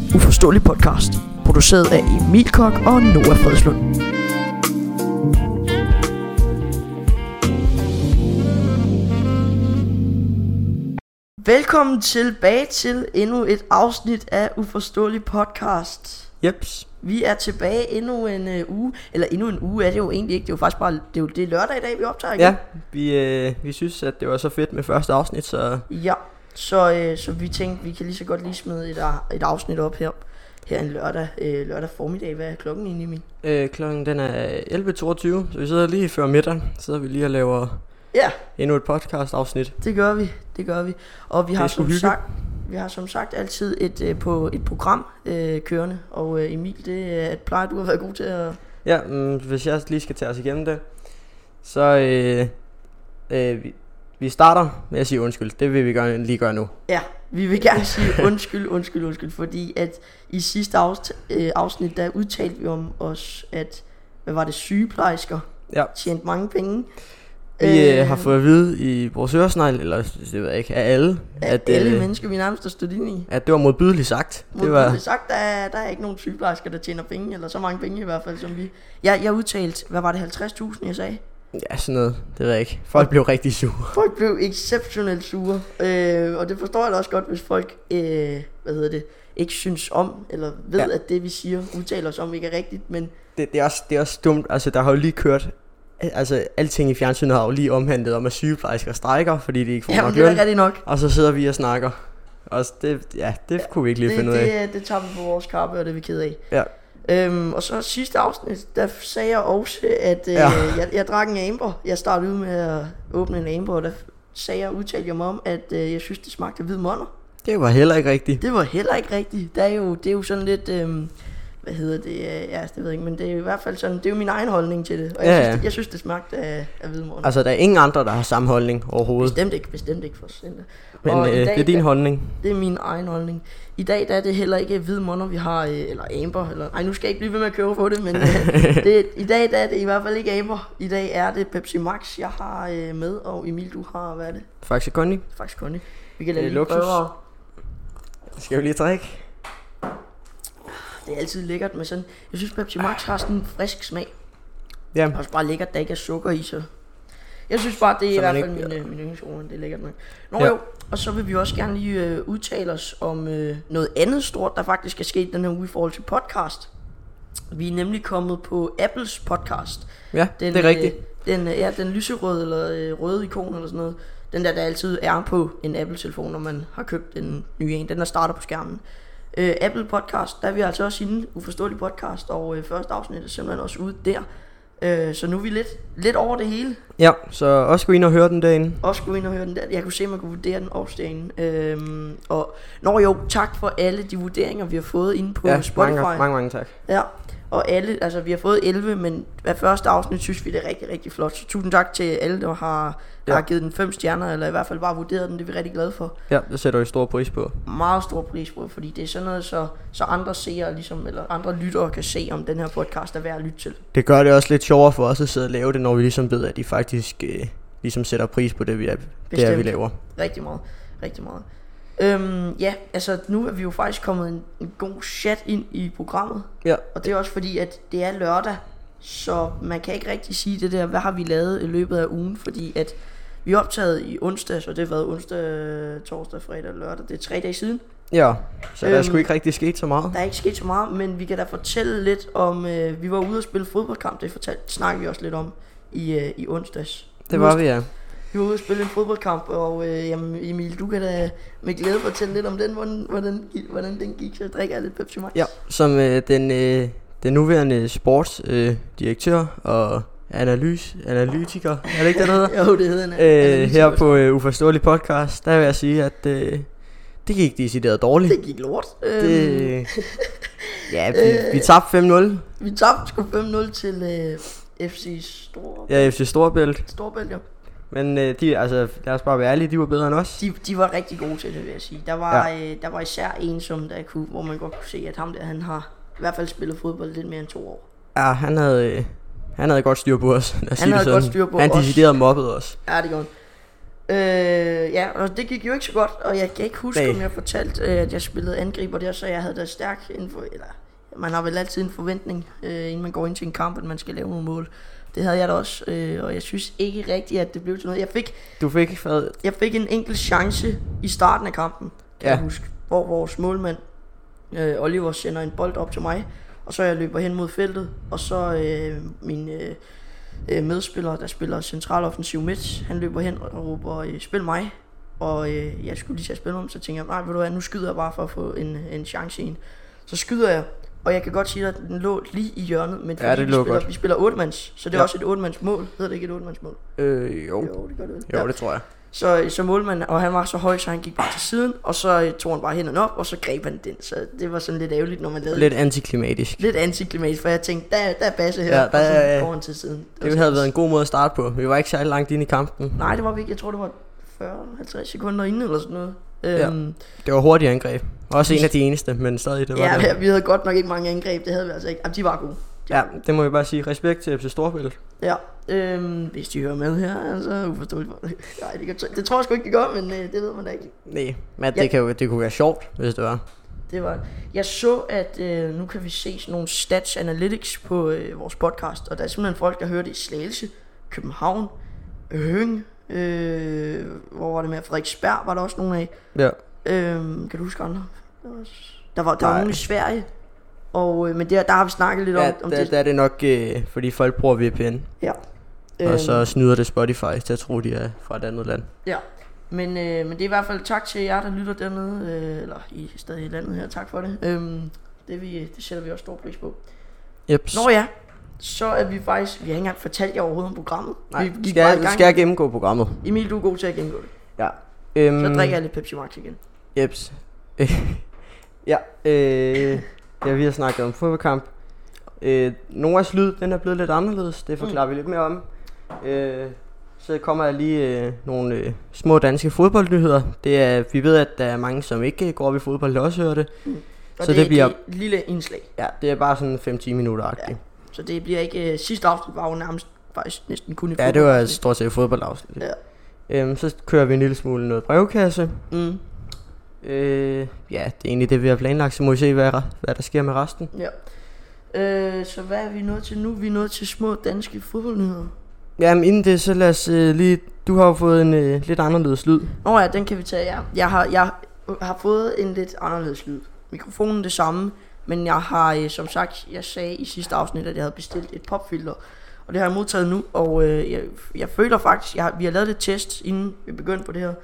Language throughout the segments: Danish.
Uforståelig podcast, produceret af Emil Kok og Noah Fredslund. Velkommen tilbage til endnu et afsnit af Uforståelig podcast. Jeps. Vi er tilbage endnu en uge, eller endnu en uge er det jo egentlig ikke, det er jo faktisk bare, det er lørdag i dag, vi optager igen. Ja, vi synes, at det var så fedt med første afsnit, så... Ja, så vi tænkte, vi kan lige så godt lige smide et afsnit op her en lørdag formiddag. Hvad er klokken egentlig, Emil? Klokken den er 11.22, så vi sidder lige før middag, så vi lige og laver endnu et podcast afsnit. Det gør vi, og vi har som sagt altid et program kørende, og Emil, det plejer du at være god til at... Ja, hvis jeg lige skal tage os igennem det, så vi starter med at sige undskyld. Det vil vi lige gøre nu. Ja, vi vil gerne sige undskyld, fordi at i sidste afsnit, der udtalte vi om os, at, hvad var det, sygeplejersker tjente mange penge. Vi har fået at vide i vores øresnegl, eller det ved jeg ikke, af alle, at alle mennesker, vi nærmest har stået ind i, at det var modbydeligt sagt. Sagt, der er ikke nogen sygeplejersker, der tjener penge, eller så mange penge i hvert fald, som vi... Jeg udtalte, hvad var det, 50.000, jeg sagde? Ja, sådan noget, det ved jeg ikke. Folk blev rigtig sure. Folk blev exceptionelt sure, og det forstår jeg da også godt, hvis folk, ikke synes om, eller ved, at det vi siger, udtaler os om, ikke er rigtigt, men... Det er også dumt, altså der har jo lige kørt... Altså alting i fjernsynet har jo lige omhandlet om at sygeplejersker strækker, fordi de ikke får nok løn. Det er nok. Og så sidder vi og snakker. Og det kunne vi ikke lige finde ud af. Det tager vi på vores kappe, og det er vi ked af. Ja. Og så sidste afsnit, der sagde jeg også, at jeg drak en Amber. Jeg startede ud med at åbne en Amber, og der udtalte jeg mig om, at jeg synes det smagte hvid monner. Det var heller ikke rigtigt. Det er jo sådan lidt... det ved jeg ikke, men det er i hvert fald sådan, det er jo min egen holdning til det. Og jeg synes det smagte af hvidmåne. Altså der er ingen andre, der har samme holdning overhovedet. Bestemt ikke for sinde. Men det er din holdning. Det er min egen holdning. I dag der er det heller ikke hvidmåner, vi har, eller Amber, eller nej, nu skal jeg ikke blive ved med at købe på det, men i dag der er det i hvert fald ikke Amber. I dag er det Pepsi Max, jeg har med, og Emil, du har, hvad er det? Faxe Kondi. Vi kan lade luksus. Skal vi lige drikke? Det er altid lækkert med sådan. Jeg synes Pepsi Max har sådan en frisk smag. Ja. Det er også bare lækkert, der ikke er sukker i, så jeg synes bare, det er i hvert fald min yndlingsord. Det er lækkert nok. Jo, og så vil vi også gerne lige udtale os om noget andet stort, der faktisk er sket den her uge i forhold til podcast. Vi er nemlig kommet på Apples podcast. Ja, det er rigtigt. Den lyserøde eller røde ikon eller sådan noget. Den der altid er på en Apple-telefon, når man har købt en ny en. Den der starter på skærmen. Apple podcast, der er vi altså også inde, Uforståelig podcast, og første afsnit er simpelthen også ude der. Så nu er vi lidt over det hele. Ja, så også gå ind og høre den derinde. Jeg kunne se, at man kunne vurdere den også derinde. Tak for alle de vurderinger, vi har fået inde på Spotify. Mange tak. Ja, og alle, altså vi har fået 11, men hver første afsnit synes vi det er rigtig, rigtig flot. Så tusind tak til alle, der har givet den 5 stjerner, eller i hvert fald bare vurderet den. Det er vi rigtig glade for. Ja, det sætter vi stor pris på. Meget stor pris på, fordi det er sådan noget, så andre seere ligesom, eller andre lyttere kan se, om den her podcast er værd at lytte til. Det gør det også lidt sjovere for os at sidde og lave det, når vi ligesom ved, at de faktisk ligesom sætter pris på det, vi laver. Rigtig meget. Altså nu er vi jo faktisk kommet en god chat ind i programmet. Ja. Og det er også fordi, at det er lørdag, så man kan ikke rigtig sige det der, hvad har vi lavet i løbet af ugen, fordi at vi er optaget i onsdag, så det har været onsdag, torsdag, fredag, lørdag, det er 3 dage siden. Ja, så der er sgu ikke rigtig sket så meget. Der er ikke sket så meget, men vi kan da fortælle lidt om, vi var ude og spille fodboldkamp, snakker vi også lidt om i onsdags. Det var vi, ja. Vi var ude og spille en fodboldkamp, og Emil, du kan da med glæde fortælle lidt om den, hvordan den gik, så jeg drikker lidt Pepsi Max. Ja, som den nuværende sportsdirektør og analytiker, er det ikke det, der hedder? Jo, det hedder her på Uforståelig podcast, der vil jeg sige, at det gik decideret dårligt. Det gik lort. Vi tabte 5-0. Vi tabte sgu 5-0 til FC Storebælt. Ja, FC Storebælt. Storebælt, ja. Men lad os bare være ærlige, de var bedre end os. De var rigtig gode til det, vil jeg sige. Der var især en, hvor man godt kunne se, at ham der, han har i hvert fald spillet fodbold lidt mere end 2 år. Ja, han havde godt styr på os. Han deciderede mobbet os. Ja, det gjorde Ja, og det gik jo ikke så godt, og jeg kan ikke huske, om jeg fortalte, at jeg spillede angriber der, så jeg havde da stærk info, eller man har vel altid en forventning, inden man går ind til en kamp, at man skal lave nogle mål. Det havde jeg da også, og jeg synes ikke rigtigt, at det blev til noget. Jeg fik en enkelt chance i starten af kampen, kan jeg huske, hvor vores målmand, Oliver, sender en bold op til mig, og så jeg løber hen mod feltet, og så min medspiller, der spiller centraloffensiv midt, han løber hen og råber, spil mig, og jeg skulle lige til at spille om, så tænker jeg, nej, ved du hvad, nu skyder jeg bare for at få en chance i en. Så skyder jeg, og jeg kan godt sige, at den lå lige i hjørnet, men fordi vi spiller 8-mands, så det er også et 8-mands mål. Hedder det ikke et 8-mands mål? Jo. Jo, det gør det. Jo, det tror jeg. Så målmanden, og han var så høj, så han gik bare til siden, og så tog han bare hænderne op, og så greb han den. Så det var sådan lidt ærgerligt, når man lavede lidt antiklimatisk. Lidt antiklimatisk, for jeg tænkte, der er Basse her, og så går han til siden. Det havde været en god måde at starte på. Vi var ikke særlig langt inde i kampen. Nej, det var vi ikke. Jeg tror, det var 40-50 sekunder inden eller sådan noget. Det var hurtigt angreb. Også en af de eneste, men stadig det var det. Vi havde godt nok ikke mange angreb. Det havde vi altså ikke. Jamen, de var gode. Det må jeg bare sige. Respekt til FC Storbælt. Ja, hvis de hører med her, altså uforståeligt. Nej, det tror jeg sgu ikke, de gør, men det ved man da ikke. Nej, men det kunne være sjovt, hvis det var. Det var. Jeg så, at nu kan vi se sådan nogle stats analytics på vores podcast, og der er simpelthen folk, der hører det i Slagelse, København, Høng, hvor var det med? Frederiksberg var der også nogle af. Ja. Kan du huske andre? Der var nogle i Sverige. Og, men der har vi snakket lidt om det. Der er det nok, fordi folk bruger VPN. Ja. Og så snyder det Spotify til at tro, de er fra et andet land. Ja. Men det er i hvert fald tak til jer, der lytter dernede, eller I stadig i landet her. Tak for det. Det sætter vi også stor pris på. Jeps. Nå ja, så er vi faktisk, vi har ikke engang fortalt jer overhovedet om programmet. Nej, skal jeg gennemgå programmet? Emil, du er god til at gennemgå det. Ja. Så drikker jeg lidt Pepsi Max igen. Jeps. Ja, vi har snakket om fodboldkamp. Noras lyd, den er blevet lidt anderledes. Det forklarer vi lidt mere om. Så kommer der lige nogle små danske fodboldnyheder. Det er, vi ved, at der er mange, som ikke går op i fodbold, der også hører det. Og så det bliver et lille indslag. Ja, det er bare sådan 5-10 minutter-agtigt. Ja. Så det bliver ikke, sidste afsnit var jo nærmest faktisk næsten kun i fodbold. Ja, det var stort set fodboldafsnit. Ja. Så kører vi en lille smule noget brevkasse. Ja, det er egentlig det, vi har planlagt. Så må vi se, hvad der sker med resten. Ja. Så hvad er vi nået til nu? Vi er nået til små danske fodboldnyheder. Jamen inden det, så lad os lige... Du har jo fået en lidt anderledes lyd. Nå ja, den kan vi tage, ja. Jeg har fået en lidt anderledes lyd. Mikrofonen det samme, men jeg har, som sagt, jeg sagde i sidste afsnit, at jeg havde bestilt et popfilter. Og det har jeg modtaget nu, og jeg føler faktisk, vi har lavet lidt test, inden vi begyndte på det her.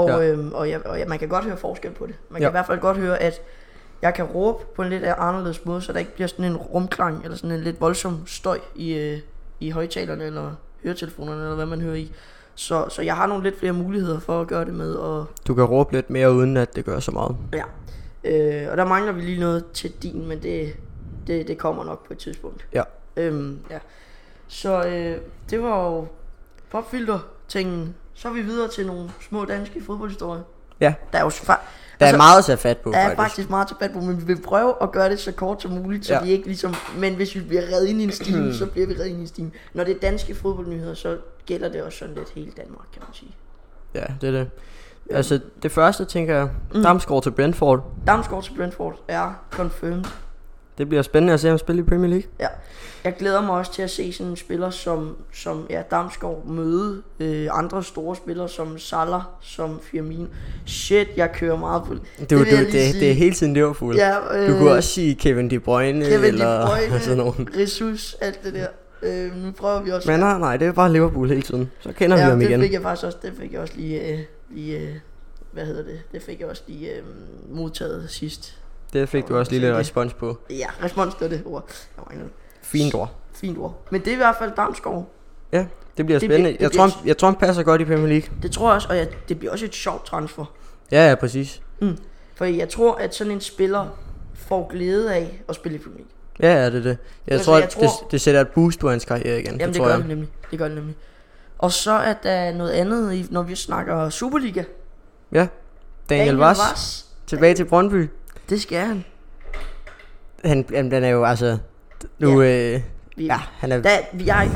Og man kan godt høre forskel på det. Man kan i hvert fald godt høre, at jeg kan råbe på en lidt anderledes måde, så der ikke bliver sådan en rumklang, eller sådan en lidt voldsom støj i højtalerne, eller høretelefonerne, eller hvad man hører i. Så jeg har nogle lidt flere muligheder for at gøre det med. Og du kan råbe lidt mere, uden at det gør så meget. Ja. Og der mangler vi lige noget til din, men det kommer nok på et tidspunkt. Ja. Ja. Så det var jo popfilter-tingen. Så er vi videre til nogle små danske fodboldhistorier. Ja. Der er jo der er meget at tage fat på. Der er faktisk meget at tage fat på, men vi vil prøve at gøre det så kort som muligt, så vi ikke ligesom... Men hvis vi bliver reddet ind i en stime, så bliver vi reddet ind i en stime. Når det er danske fodboldnyheder, så gælder det også sådan lidt hele Danmark, kan man sige. Ja, det er det. Altså, det første, tænker jeg, Damsgaard til Brentford. Damsgaard til Brentford er confirmed. Det bliver spændende at se ham spille i Premier League. Ja, jeg glæder mig også til at se sådan en spiller som Damsgaard møde andre store spillere som Salah, som Firmino. Shit, jeg kører meget på det. Det er hele tiden Liverpool. Ja, du kunne også sige Kevin De Bruyne eller sådan nogen. Jesus, alt det der. Nu prøver vi også. Men nej, det er bare Liverpool hele tiden. Så kender vi ham igen. Det fik jeg faktisk også. Det fik jeg også lige hvad hedder det? Det fik jeg også lige modtaget sidst. Det fik du også lige lidt respons på. Ja, respons det ord. Fint ord. Fint ord. Men det er i hvert fald Damsgaard. Ja, det bliver spændende. Jeg tror han passer godt i Premier League. Det tror jeg også, og det bliver også et sjovt transfer. Ja, præcis. For jeg tror, at sådan en spiller får glæde af at spille i Premier League. Ja, det er det. Jeg tror, det sætter et boost på hans karriere igen. Jamen, det gør det nemlig. Og så er der noget andet, når vi snakker Superliga. Ja, Daniel Vaz tilbage til Brøndby. Det skal han. Han er jo altså nu han er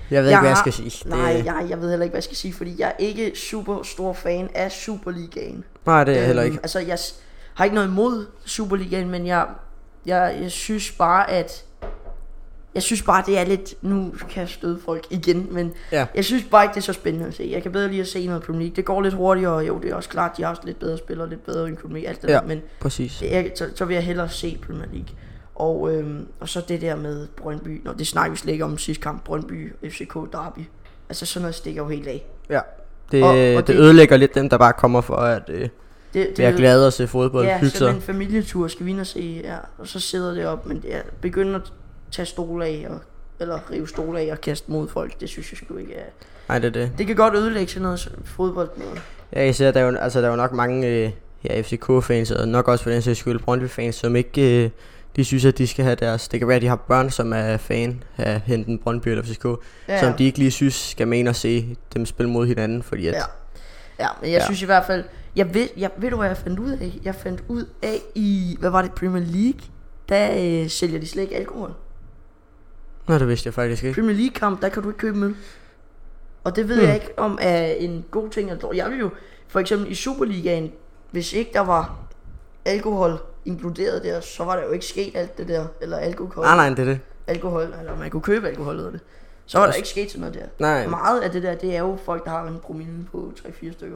Jeg ved ikke, hvad jeg skal sige. Nej, jeg ved heller ikke, hvad jeg skal sige, fordi jeg er ikke super stor fan af Superligaen. Nej, det er jeg heller ikke. Altså, jeg har ikke noget imod Superligaen, men jeg synes bare, at... Jeg synes bare, det er lidt... Nu kan jeg støde folk igen, men jeg synes bare ikke, det er så spændende at se. Jeg kan bedre lige at se noget Premier League. Det går lidt hurtigere, og jo, det er også klart, de har også lidt bedre spillere, lidt bedre økonomi, alt det der. Men præcis. Så vil jeg hellere se Premier League. Og så det der med Brøndby. Det snakker vi slet ikke om sidste kamp. Brøndby, FCK, Derby. Altså sådan noget stikker jo helt af. Ja, det ødelægger lidt dem, der bare kommer for at være glade at se fodbold. Ja, sådan en familietur skal vi ind og se. Ja, og så sidder det op, men det er begynder at tage stole af, eller rive stole af og kaste mod folk. Det synes jeg sgu ikke er... Nej, det er det. Det kan godt ødelægge sådan noget fodbold. Ja, især der er jo nok mange FCK-fans, og nok også for den sags skyld Brøndby-fans, som ikke... de synes, at de skal have deres... Det kan være, at de har børn, som er fan af enten Brøndby eller FCK, som de ikke lige synes skal mene at se dem spille mod hinanden, fordi at... Ja, men jeg synes i hvert fald... Ved du, hvad jeg fandt ud af? Jeg fandt ud af i... Hvad var det? Premier League? Der sælger de slet ikke alkohol. Nå, det vidste jeg faktisk ikke. Premier League kamp, der kan du ikke købe øl. Og det ved jeg ikke om er en god ting. Jeg vil jo... For eksempel i Superligaen, hvis ikke der var alkohol inkluderet der, så var der jo ikke sket alt det der, eller alkohol. Nej, det er det. Alkohol, eller man kunne købe alkohol ud af det. Så var der ikke sket sådan noget der. Nej. Meget af det der, det er jo folk, der har en promille på 3-4 stykker.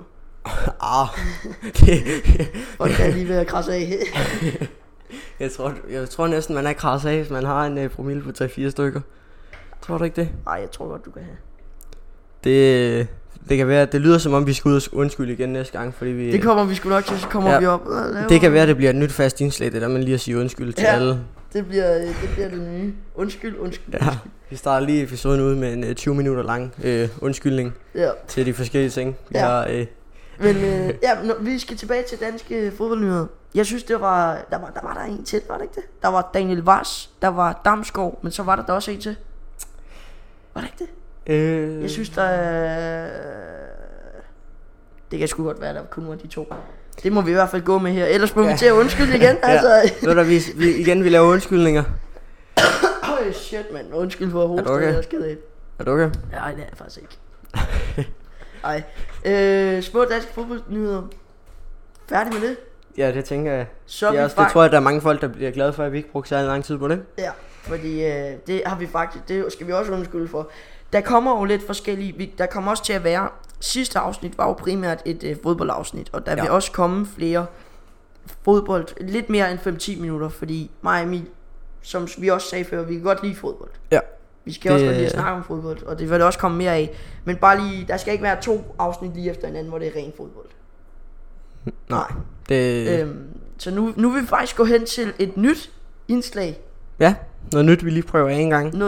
Og kan lige være krasse af. jeg tror næsten, man er krasse af, hvis man har en promille på 3-4 stykker. Tror du ikke det? Nej, jeg tror godt, du kan have. Det kan være, det lyder som om vi skal ud og undskylde igen næste gang, fordi vi... Det kommer vi sgu nok til, så kommer vi op. Det kan være, det bliver et nyt fast indslag, det der man lige at sige undskyld til alle. Det bliver det nye. Undskyld. Ja, vi starter lige episoden ud med en 20 minutter lang undskyldning til de forskellige ting. Vi har... Men vi skal tilbage til danske fodboldnyheder. Jeg synes, der var en til, var det ikke det? Der var Daniel Vars, der var Damsgaard, men så var der også en til. Var det ikke det? Jeg synes, det kan sgu godt være, der kun var de to. Det må vi i hvert fald gå med her. Ellers må vi til at undskylde igen. Vi laver undskyldninger. Shit, mand. Undskyld for hovedet. Er du okay? Nej, det er jeg faktisk ikke. Nej. Små danske fodboldnyheder. Færdig med det? Ja, det tænker jeg. Det tror jeg, der er mange folk, der bliver glade for, at vi ikke brugte særlig lang tid på det. Ja, fordi det har vi faktisk, det skal vi også undskylde for. Der kommer jo lidt forskellige, der kommer også til at være, sidste afsnit var jo primært et fodboldafsnit, og der vil også komme flere fodbold, lidt mere end 5-10 minutter, fordi mig og Emil, som vi også sagde før, vi kan godt lide fodbold. Ja. Vi skal også godt lide at snakke om fodbold, og det vil der også komme mere af. Men bare lige, der skal ikke være 2 afsnit lige efter hinanden, hvor det er ren fodbold. Nej. Så nu vil vi faktisk gå hen til et nyt indslag. Ja, noget nyt vi lige prøver af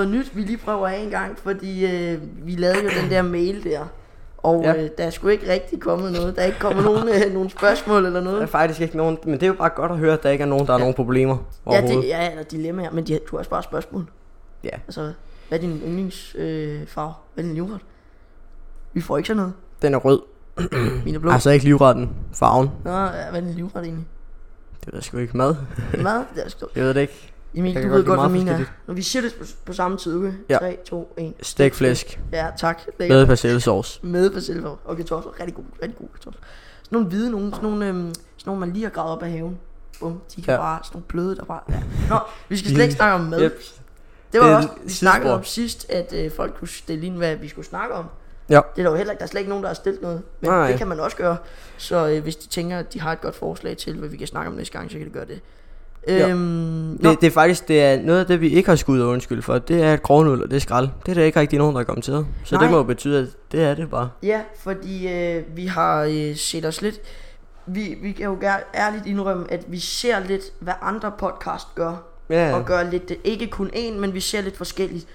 en gang. Fordi vi lavede jo den der mail der. Og der er sgu ikke rigtig kommet noget. Der er ikke kommet nogen spørgsmål eller noget. Der er faktisk ikke nogen, men det er jo bare godt at høre, at der ikke er nogen, der har nogen problemer overhovedet. Eller dilemmaer, men du har også bare spørgsmål. Ja. Altså, hvad er din yndlingsfarve? Hvad er din livret? Vi får ikke sådan noget. Den er rød. Min er blå. Altså ikke livretten, farven. Nå, hvad er din livret egentlig? Det ved jeg sgu ikke. Mad? Mad? Det er sgu. Jeg ved det ikke. Emil, du ved godt, hvad min er. Når vi siger det på samme tid, okay? 3, 2, 1. Stegflæsk. Ja, tak. Med persillesauce. Med persillesauce. Og kartofler. Rigtig god kartofler. Sådan nogle hvide nogen. Sådan nogle man lige har gravet op af haven. Bum. De kan bare, sådan nogle bløde, der bare... Ja. Nå, vi skal slet ikke snakke om mad. Yep. Det var også, vi snakkede om sidst, at folk kunne stille ind, hvad vi skulle snakke om. Ja. Det er der jo heller ikke, der er slet ikke nogen, der har stillet noget. Men det kan man også gøre. Så hvis de tænker, at de har et godt forslag til, hvad vi kan snakke om næste gang, så kan de gøre det. Det er faktisk noget af det, vi ikke har skudt og undskyld for. Det er et grovnudler, det er skrald. Det er der ikke rigtig nogen, der er kommet til. Så det må jo betyde, at det er det bare. Ja, fordi vi har set os lidt. Vi kan jo ærligt indrømme, at vi ser lidt, hvad andre podcast gør. Og gør lidt, ikke kun én, men vi ser lidt forskelligt.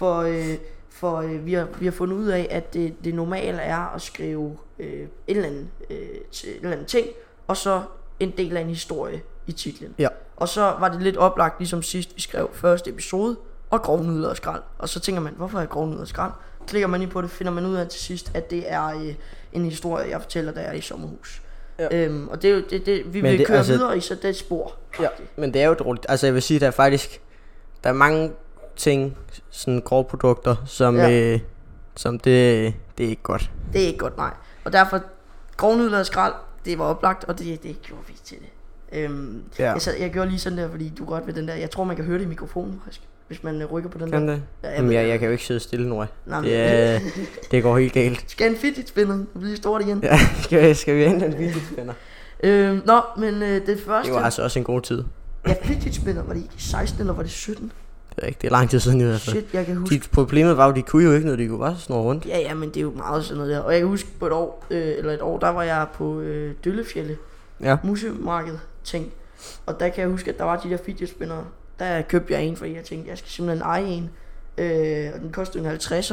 For vi har fundet ud af, at det normale er at skrive et eller andet ting, og så en del af en historie i titlen. Ja. Og så var det lidt oplagt, ligesom sidst vi skrev første episode, og grovnudler og skrald. Og så tænker man, hvorfor er grovnudler og skrald? Klikker man ind på det, finder man ud af til sidst, at det er en historie, jeg fortæller, der er i sommerhus. Ja. Og det er jo det vi vil køre videre i, så det er et spor. Ja, men det er jo dårligt. Altså jeg vil sige, der er mange ting, sådan grove produkter, som som det er ikke godt. Det er ikke godt, nej. Og derfor, grovnudler og skrald, det var oplagt, og det gjorde vi til det. Jeg gjorde lige sådan der, fordi du godt ved den der. Jeg tror man kan høre det i mikrofonen faktisk, hvis man rykker på den kan der. Det? Jamen jeg kan jo ikke sidde stille nu. Nej, det går helt galt. Skal en fidget spinner? Det bliver stort igen. Ja, skal vi hente en fidget spinner? Men det første. Det var altså også en god tid. Ja, fidget spinner, var det ikke 16 eller var det 17? Det er ikke, det er lang tid siden i hvert fald. Shit, jeg kan huske. Problemet var jo, de kunne jo ikke noget, de kunne bare snurre rundt. Ja, men det er jo meget sådan noget der. Og jeg kan huske på et år, der var jeg på Døllefjælde musemarked ting. Og der kan jeg huske, at der var de der fidget spinnere. Der købte jeg en, fordi jeg tænkte, jeg skal simpelthen eje en. Og den kostede en 50'er.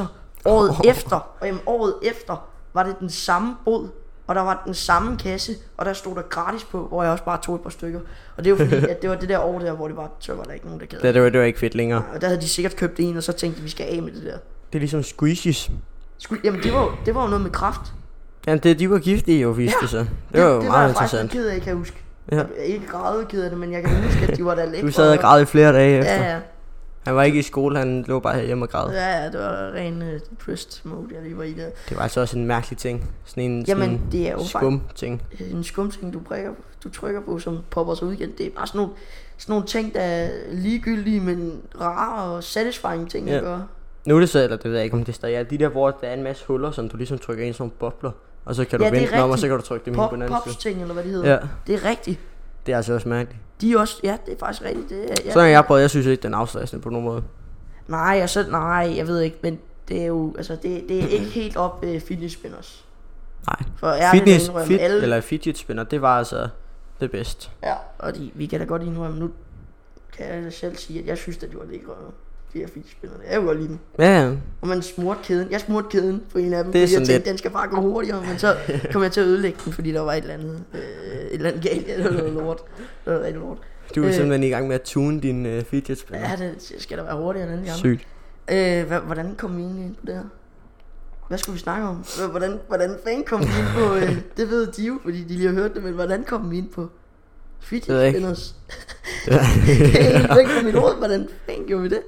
Året efter var det den samme bod, og der var den samme kasse, og der stod der gratis på, hvor jeg også bare tog et par stykker. Og det var fordi, at det var det der år der, hvor det var, så var der ikke nogen, der gad. Det var ikke fedt længere. Og der havde de sikkert købt en, og så tænkte de, vi skal af med det der. Det er ligesom squeezies. Jamen det var jo noget med kraft. Jamen de var giftige jo, viste det så. Det var jo meget interessant. Det var jeg faktisk ked af, kan jeg huske. Ja. Jeg er ikke grædet ked af det, men jeg kan huske, at de var der lækre. Du sad og græd i flere dage efter. Ja. Han var ikke i skole, han lå bare hjemme og græd. Ja, det var ren depressed mode, jeg lige var i der. Det var altså også en mærkelig ting. Det er jo skum ting. En skum ting, du trykker på, som popper sig ud igen. Det er bare sådan nogle ting, der er ligegyldige, men rare og satisfying ting at gøre. Nu er det så, eller det ved jeg ikke, om det stadig er de der, hvor der er en masse huller, som du ligesom trykker ind som bobler. Og så kan du vende dem om, og så kan du trykke dem ind på den anden side. Pops-ting, eller hvad det hedder. Ja. Det er rigtigt. Det er altså også mærkeligt. De er også, det er faktisk rigtigt. Så har jeg prøvet, jeg synes ikke, den er afstressende på nogen måde. Nej, jeg ved ikke, men det er jo, altså det er ikke helt op fidget spinners. Nej. For eller fidget spinner, det var altså det bedste. Ja, og vi kan da godt indrømme, nu kan jeg da selv sige, at jeg synes, at de var lækre. De her fidget spinner, jeg vil godt lide dem. Ja. Og man smurte kæden. Jeg smurte kæden på en af dem, fordi jeg tænkte, den skal bare gå hurtigere. Men så kom jeg til at ødelægge den, fordi der var et eller andet galt. Det var noget lort. Det var rigtig lort. Du er simpelthen i gang med at tune din fidget spinner. Ja, det skal da være hurtigere end den gang. Sygt. Hvordan kom vi egentlig ind på det her? Hvad skulle vi snakke om? Hvordan fanden kom vi ind på det ved de jo, fordi de lige har hørt det. Men hvordan kom vi ind på fidget spinners? Det er ikke på mit hoved. Hvordan fanden gjorde vi det?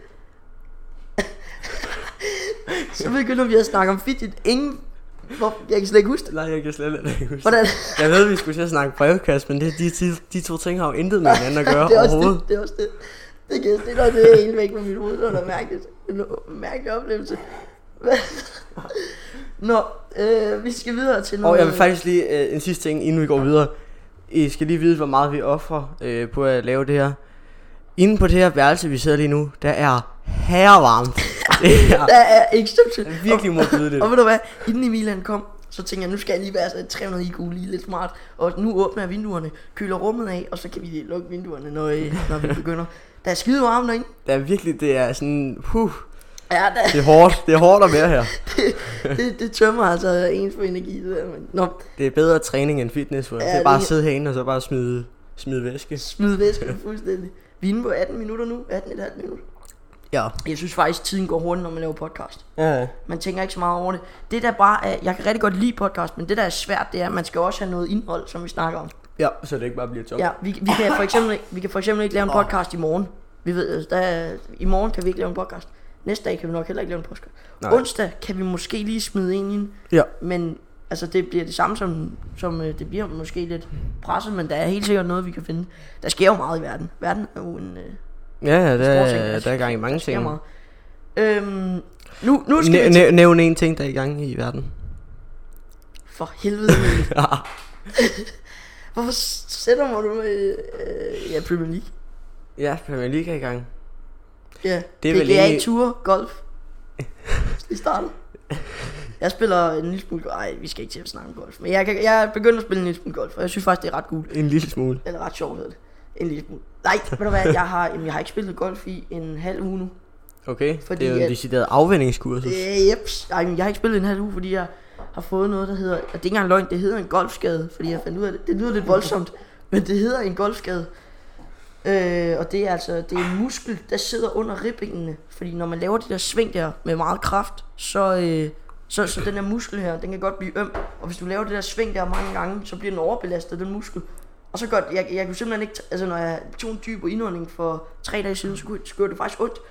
Så begynder vi at snakke om fidget. Jeg kan slet ikke huske det. Nej, jeg kan slet ikke huske det. Hvordan? Jeg ved, vi skulle til at snakke brevkast, men de to ting har jo intet med hinanden at gøre det er overhovedet. Det er også det. Det er helt væk fra mit hoved. Det var mærkeligt. En mærkelig oplevelse. Nå, vi skal videre til noget. Og jeg vil faktisk lige en sidste ting, inden vi går videre. I skal lige vide, hvor meget vi offrer på at lave det her. Inde på det her værelse, vi sidder lige nu, der er herrevarmt. Der er exception. Virkelig modbydeligt. Og ved du hvad, inden Emilie kom, så tænker jeg, nu skal jeg lige være 300 IQ lige lidt smart. Og nu åbner jeg vinduerne, køler rummet af, og så kan vi lukke vinduerne, når vi begynder. Der er skide varmt derinde. Der er virkelig, det er sådan, ja, det er hårdt at være her. det tømmer altså ens for energi det der, men det er bedre træning end fitness, for det er bare at sidde herinde og så bare smide væske. Smide væske, fuldstændig. Vi er inde på 18 minutter nu, 18,5 minutter. Ja. Jeg synes faktisk, tiden går hurtigt, når man laver podcast. Ja. Man tænker ikke så meget over det. Det der bare er, jeg kan rigtig godt lide podcast, men det der er svært, det er, at man skal også have noget indhold, som vi snakker om. Ja, så det ikke bare bliver tomt. Ja, vi kan for eksempel ikke lave en podcast i morgen. Vi ved, i morgen kan vi ikke lave en podcast. Næste dag kan vi nok heller ikke lave en podcast. Nej. Onsdag kan vi måske lige smide en ind. Ja. Men altså det bliver det samme som det bliver måske lidt presset, men der er helt sikkert noget vi kan finde. Der sker jo meget i verden. Verden er jo en ja, der er gang i mange ting. Nu skal vi nævne en ting der er i gang i verden. For helvede. Hvorfor sætter du Premier League? Ja, Premier League er i gang. Ja, det er PGA Tour Golf. Vi starter. Jeg spiller en lille smule. Nej, vi skal ikke til at snakke om golf. Men jeg er begyndt at spille en lille smule golf, og jeg synes faktisk det er ret cool. En lille smule. Eller ret sjovt hedder det. En lille smule. Nej, ved du hvad, jeg har ikke spillet golf i en halv uge nu. Okay, fordi det er jo en decideret afvendingskursus. Jeps. Jeg har ikke spillet en halv uge, fordi jeg har fået noget, der hedder, og det er ikke engang løgn, det hedder en golfskade, fordi jeg fandt ud af det. Det lyder lidt voldsomt, men det hedder en golfskade. Og det er altså, det er en muskel, der sidder under ribbingene, fordi når man laver de der sving der med meget kraft, så den her muskel her, den kan godt blive øm, og hvis du laver det der sving der mange gange, så bliver den overbelastet, den muskel. Og så godt, jeg kunne simpelthen ikke, altså når jeg tog en dyb indånding for 3 dage siden, så gjorde det faktisk ondt.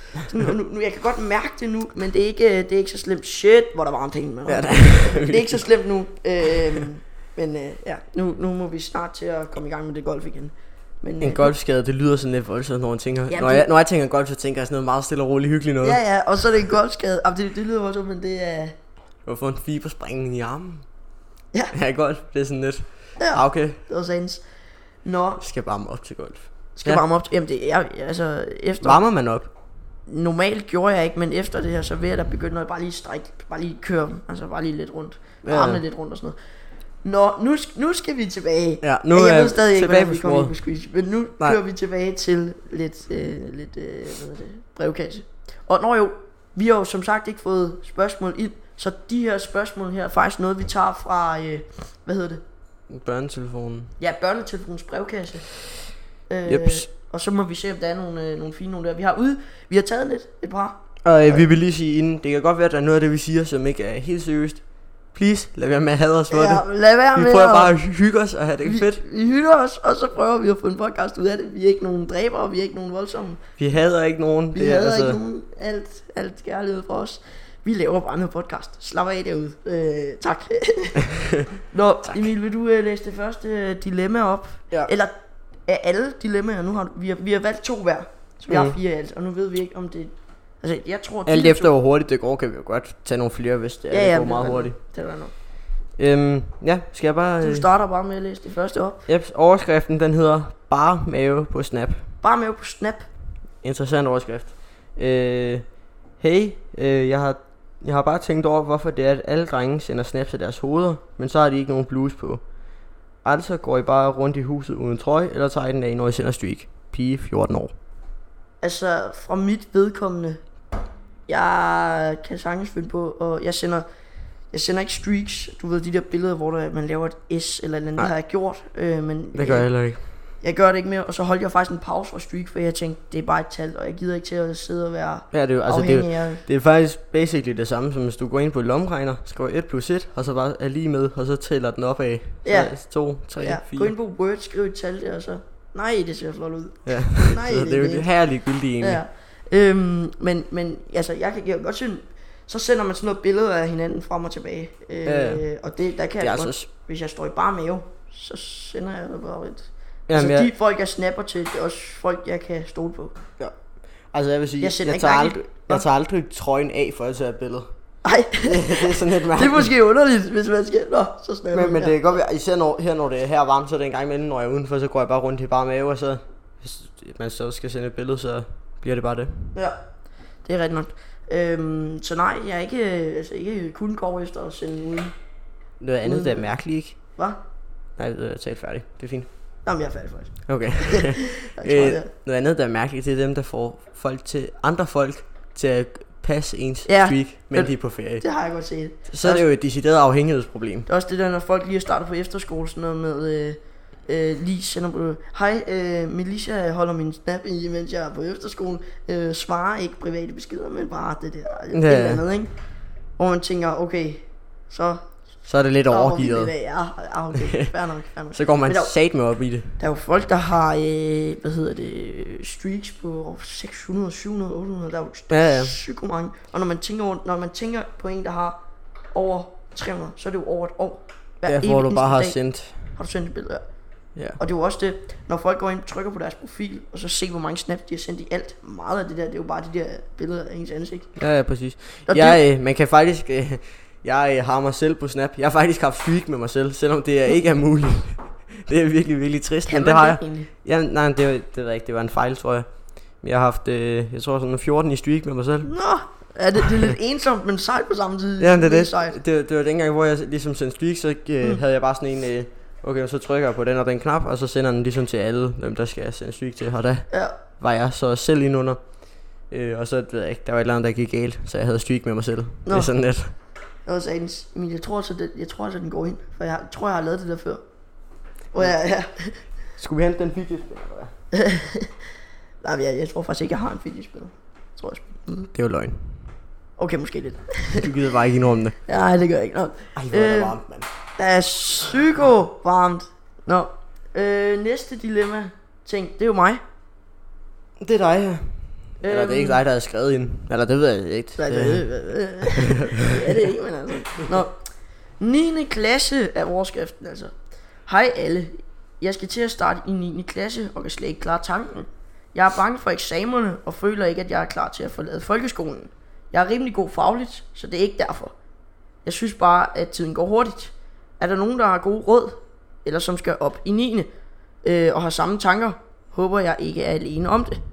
Nu, jeg kan godt mærke det nu, men det er ikke så slemt. Shit, hvor der varmt hænge med. Ja, det er ikke så slemt nu. Men nu må vi snart til at komme i gang med det golf igen. Men, en golfskade, det lyder sådan lidt voldsomt, når man tænker. Ja, når jeg tænker golf, så tænker jeg sådan noget meget stille og roligt hyggeligt noget. Ja, og så er det en golfskade. Det lyder voldsomt, men det er... Du har fået en fibersprængning i armen. Ja. Ja, golf, det er sådan lidt. Ja, okay. Det var sands. Nå. Skal varme op til golf. Skal varme op til... Jamen det er altså efter... Varmer man op? Normalt gjorde jeg ikke, men efter det her, så vil jeg da begynde at bare lige køre dem. Altså bare lige lidt rundt. Armene lidt rundt og sådan noget. Nå, nu skal vi tilbage. Ja, nu er jeg stadig tilbage ikke, på sporet. Men nu kører vi tilbage til lidt brevkasse. Og vi har jo som sagt ikke fået spørgsmål ind, så de her spørgsmål her er faktisk noget, vi tager fra, Børnetelefonen. Ja, børnetelefonens brevkasse. Jeps. Og så må vi se, om der er nogle fine nogle der. Vi har taget et par. Og vi vil lige sige inden, det kan godt være, at der er noget af det, vi siger, som ikke er helt seriøst. Please, lad være med at hade os for det. Lad være med. Vi prøver bare at hygge os og have det fedt. Vi hygger os, og så prøver vi at få en podcast ud af det. Vi er ikke nogen dræbere, vi er ikke nogen voldsomme. Vi hader ikke nogen. Vi hader ikke nogen. Alt kærlighed for os. Vi laver bare noget podcast. Slap af derude. Tak. Nå, tak. Emil, vil du læse det første dilemma op? Ja. Eller af alle dilemmaer, nu har vi har valgt 2 hver. Så vi har 4 alt, og nu ved vi ikke om det... Altså, jeg tror... Alt efter hvor hurtigt det går, kan vi jo godt tage nogle flere, hvis det går meget hurtigt. Det er nok. Ja, skal jeg bare... Du starter bare med at læse det første op. Yep, overskriften den hedder Bare mave på Snap. Bare mave på Snap. Interessant overskrift. Hey, jeg har bare tænkt over, hvorfor det er, at alle drenge sender snaps af deres hoveder, men så har de ikke nogen bluse på. Altså går I bare rundt i huset uden trøje, eller tager I den af, når I sender streak. Pige 14 år. Altså, fra mit vedkommende, jeg kan sagtens finde på, og jeg sender ikke streaks. Du ved, de der billeder, hvor man laver et S eller andet, det har jeg gjort. Men det gør jeg heller ikke. Jeg gør det ikke mere, og så holdt jeg faktisk en pause fra streak, for jeg tænkte, det er bare et tal, og jeg gider ikke til at sidde og være afhængig af. Det er faktisk basically det samme, som hvis du går ind på et lommeregner, skriver 1 + 1, og så bare er lige med, og så tæller den op af. Ja. 2, 3, 4. Gå ind på Word, skriv et tal der, og så... Nej, det ser flot ud. Ja. Nej, det er jo det herlige gyldige egentlig. Ja. Men altså, jeg kan godt synes, så sender man sådan noget billeder af hinanden frem og tilbage. Og der kan jeg godt, hvis jeg står i bare mave, så sender jeg det bare lidt. Altså de folk jeg snapper til, det er også folk jeg kan stole på. Ja. Altså jeg vil sige, jeg tager aldrig trøjen af for at tage et billede. Nej. Det er sådan lidt mærkeligt. Det er måske underligt, hvis man skal. Så snapper men det kan godt være, især når det er her varmt, så er det en gang imellem, når jeg er udenfor, så går jeg bare rundt i bare mave, og så hvis man så skal sende et billede, så bliver det bare det. Ja, det er rigtigt nok. Så nej, jeg er ikke kun går efter at sende uden. Noget andet, der er mærkeligt, ikke? Hvad? Nej, jeg er talt færdig. Det er fint. Jamen, jeg er færdig faktisk. Okay. Noget andet, der er mærkeligt, det er dem, der får andre folk til at passe ens streak, men de er på ferie. Det har jeg godt set. Så er det jo et decideret afhængighedsproblem. Det er også det der, når folk lige er startet på efterskole, sådan noget med... lige sender på, hej, Melissa holder min snap i, mens jeg er på efterskole, svarer ikke private beskeder, men bare det der, et eller andet, ikke? Hvor man tænker, okay, så er det lidt overgivet. Okay, fair nok. Så går man satme op i det. Der er jo folk, der har, streaks på 600, 700, 800, der er jo sygt mange. Og når man tænker på en, der har over 300, så er det jo over et år. Hvor du bare har sendt. Har du sendt et billede? Ja. Og det er jo også det, når folk går ind og trykker på deres profil, og så ser hvor mange snaps de har sendt i alt. Meget af det der, det er jo bare de der billeder af ens ansigt. Ja, præcis. Man kan faktisk... Jeg har mig selv på Snap. Jeg har faktisk haft streak med mig selv, selvom det ikke er muligt. Det er virkelig, virkelig trist. Kan men det har jeg egentlig? Ja, nej, det ved jeg ikke. Det var en fejl, tror jeg. Men jeg har haft, jeg tror sådan 14 i streak med mig selv. Nå, det er lidt ensomt, men sejt på samme tid. Ja, det var dengang, hvor jeg ligesom sendte streak, så havde jeg bare sådan en... Okay, så trykker jeg på den og den knap, og så sender den ligesom til alle dem, der skal sende streak til. Og der var jeg så selv indunder. Og så ved jeg ikke, der var et eller andet, der gik galt, så jeg havde streak med mig selv. Det er sådan lidt. Jeg var sagde, men jeg tror altså den går ind, for jeg tror jeg har lavet det der før. Skulle vi hente den fidget spinner? Nej, jeg tror faktisk ikke jeg har en fidget spinner. Tror jeg. Det er jo løgn. Okay, måske lidt. Du gider bare ikke indrømme det. Nej, det gør jeg ikke. Nå. Ej, hvor er det varmt, mand. Der er psyko varmt. Nå. Næste dilemma ting, det er jo mig. Det er dig, ja. Eller det er ikke dig, der har skrevet ind. Eller det ved jeg ikke. Nej, det er ikke, men altså. Nå. 9. klasse er overskriften, altså. Hej alle. Jeg skal til at starte i 9. klasse og kan slet ikke klare tanken. Jeg er bange for eksamerne og føler ikke, at jeg er klar til at forlade folkeskolen. Jeg er rimelig god fagligt, så det er ikke derfor. Jeg synes bare, at tiden går hurtigt. Er der nogen, der har gode råd, eller som skal op i 9. Og har samme tanker, håber jeg ikke er alene om det.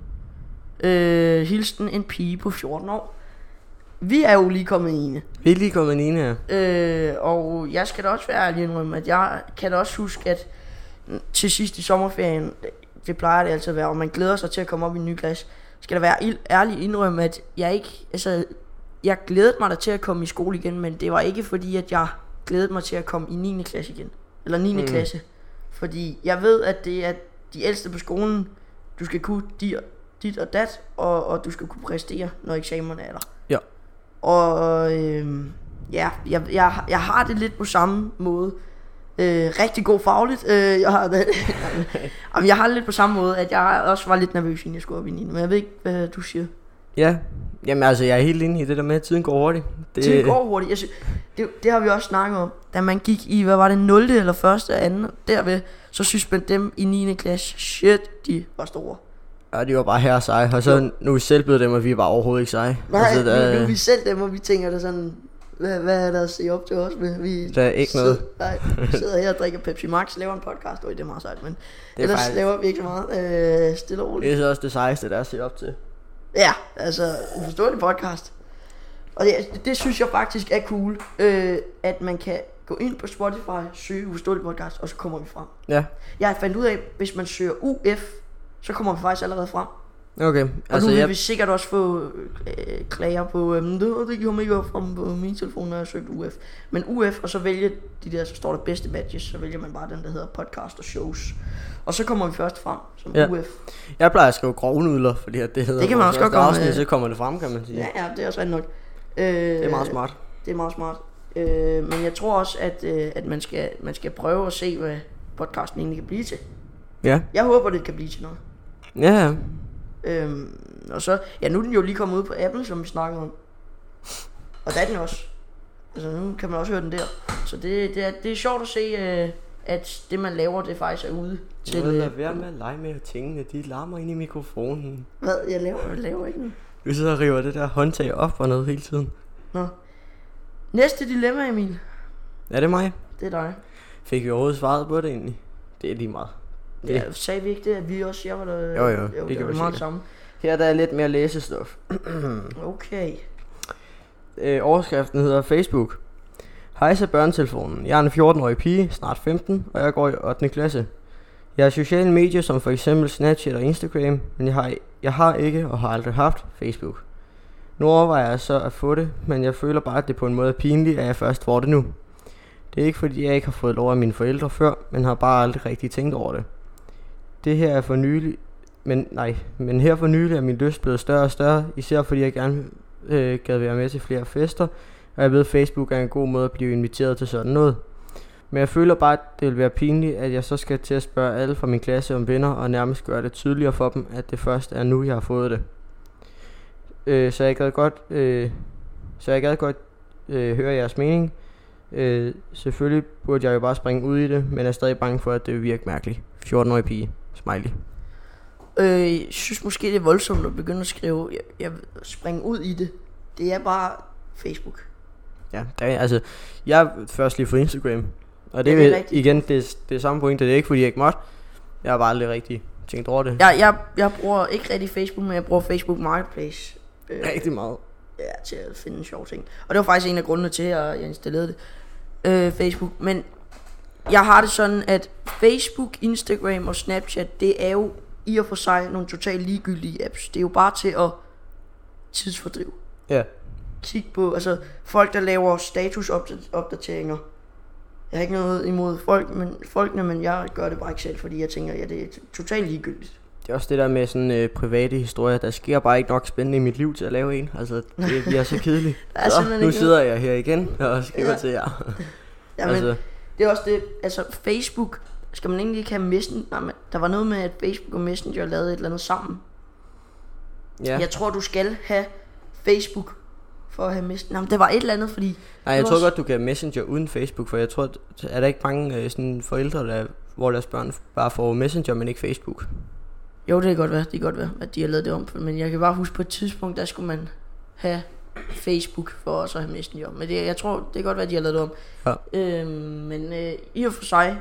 Hilsen en pige på 14 år. Vi er jo lige kommet i 9. Vi er lige kommet i 9 her. Og jeg skal da også være ærlig indrømme, at jeg kan da også huske, at til sidst i sommerferien, det plejer det altid at være, og man glæder sig til at komme op i en ny klasse, skal der være ærlig indrømme, at jeg ikke, altså, jeg glædede mig da til at komme i skole igen, men det var ikke fordi, at jeg glædede mig til at komme i 9. klasse igen, eller 9. klasse, fordi jeg ved, at det er de ældste på skolen, du skal kunne dit og dat, og du skal kunne præstere, når eksamerne er der. Ja. Og ja, jeg har det lidt på samme måde. Rigtig god fagligt. Jeg har det lidt på samme måde, at jeg også var lidt nervøs, inden jeg skulle op i 9. Men jeg ved ikke, hvad du siger. Ja, jamen altså, jeg er helt inde i det der med, at tiden går hurtigt. Tiden går hurtigt. Jeg synes, det har vi også snakket om. Da man gik i, hvad var det, 0. eller 1. og 2. derved, så synes man dem i 9. klasse, shit, de var store. Ja, de var bare her seje. Og så nu er vi selv blevet dem, og vi er bare overhovedet ikke seje. Nej, altså, nu er vi selv dem, og vi tænker det sådan, hvad er der at se op til os med? Der er ikke noget. Vi sidder her og drikker Pepsi Max, laver en podcast, det er meget sejt, men ellers faktisk laver vi ikke så meget. Stille og roligt. Det er så også det sejeste, der er at se op til. Ja, altså uforståelig podcast. Og det synes jeg faktisk er cool, at man kan gå ind på Spotify, søge uforståelig podcast, og så kommer vi frem. Ja. Jeg fandt ud af, hvis man søger UF, så kommer vi faktisk allerede frem. Okay. Og altså, nu vil vi sikkert også få klager på, det kommer ikke op frem på min telefon, når jeg har søgt UF. Men UF, og så vælge de der, så står der bedste matches, så vælger man bare den, der hedder podcast og shows. Og så kommer vi først frem som UF. Jeg plejer at skrive grovnudler, fordi det hedder det kan man også godt komme afsnit, så kommer det frem, kan man sige. Ja, det er også rigtig nok. Det er meget smart. Det er meget smart. Men jeg tror også, at man skal prøve at se, hvad podcasten egentlig kan blive til. Ja. Jeg håber, det kan blive til noget. Ja. Og så, ja, nu er den jo lige kommet ud på Apple, som vi snakkede om. Og der er den også. Altså nu kan man også høre den der. Så det er sjovt at se, at det man laver, det faktisk er ude til. Lad være med at lege med tingene, de larmer ind i mikrofonen. Hvad? Jeg laver ikke noget. Du sidder og river det der håndtag op og noget hele tiden. Nå. Næste dilemma, Emil. Er det mig? Det er dig. Fik vi overhovedet svaret på det egentlig? Det er lige meget. Ja, sagde vi ikke det, at vi også siger, hvad der... Jo, det kan vi meget samme. Her der er lidt mere læsestof. Okay. Overskriften hedder Facebook. Hej så børnetelefonen. Jeg er en 14-årig pige, snart 15, og jeg går i 8. klasse. Jeg har sociale medier som for eksempel Snapchat og Instagram, men jeg har ikke og har aldrig haft Facebook. Nu overvejer jeg så at få det, men jeg føler bare, at det på en måde er pinligt, at jeg først får det nu. Det er ikke fordi jeg ikke har fået lov af mine forældre før, men har bare aldrig rigtig tænkt over det. Det her er for nylig, men her for nylig er min lyst blevet større og større, især fordi jeg gerne gad være med til flere fester, og jeg ved, at Facebook er en god måde at blive inviteret til sådan noget. Men jeg føler bare, at det vil være pinligt, at jeg så skal til at spørge alle fra min klasse om venner, og nærmest gøre det tydeligere for dem, at det først er nu, jeg har fået det. Så jeg gad godt høre jeres mening. Selvfølgelig burde jeg jo bare springe ud i det, men er stadig bange for, at det vil virke mærkeligt. 14-årig pige. Smiley. Jeg synes måske, det er voldsomt at begynde at skrive, jeg springer ud i det. Det er bare Facebook. Ja, altså, jeg er først lige på Instagram. Og det er igen, det er samme point, det er ikke fordi jeg ikke måtte. Jeg har bare aldrig rigtig tænkt over det. Jeg bruger ikke rigtig Facebook, men jeg bruger Facebook Marketplace. Rigtig meget. Ja, til at finde sjove ting. Og det var faktisk en af grundene til, at jeg installerede det. Facebook. Men jeg har det sådan, at Facebook, Instagram og Snapchat, det er jo i og for sig nogle totalt ligegyldige apps. Det er jo bare til at tidsfordrive. Ja. Kig på, altså folk der laver statusopdateringer. Jeg har ikke noget imod folkene, men jeg gør det bare ikke selv, fordi jeg tænker, ja, det er totalt ligegyldigt. Det er også det der med sådan private historier. Der sker bare ikke nok spændende i mit liv til at lave en. Altså, det bliver så kedeligt. Nu sidder jeg her igen og skriver til jer. Ja, altså. Men det er også det, altså Facebook, skal man egentlig ikke have Messenger? Der var noget med, at Facebook og Messenger lavede et eller andet sammen. Ja. Jeg tror, du skal have Facebook for at have Messenger. Jamen, det var et eller andet, fordi... Nej, jeg tror godt, du kan have Messenger uden Facebook, for jeg tror, er der ikke mange sådan forældre, hvor deres børn bare får Messenger, men ikke Facebook? Jo, det kan godt være, at de har lavet det om. Men jeg kan bare huske, på et tidspunkt, der skulle man have Facebook for også at have Messenger. Men jeg tror, det kan godt være, at de har lavet det om. Ja. Men i og for sig,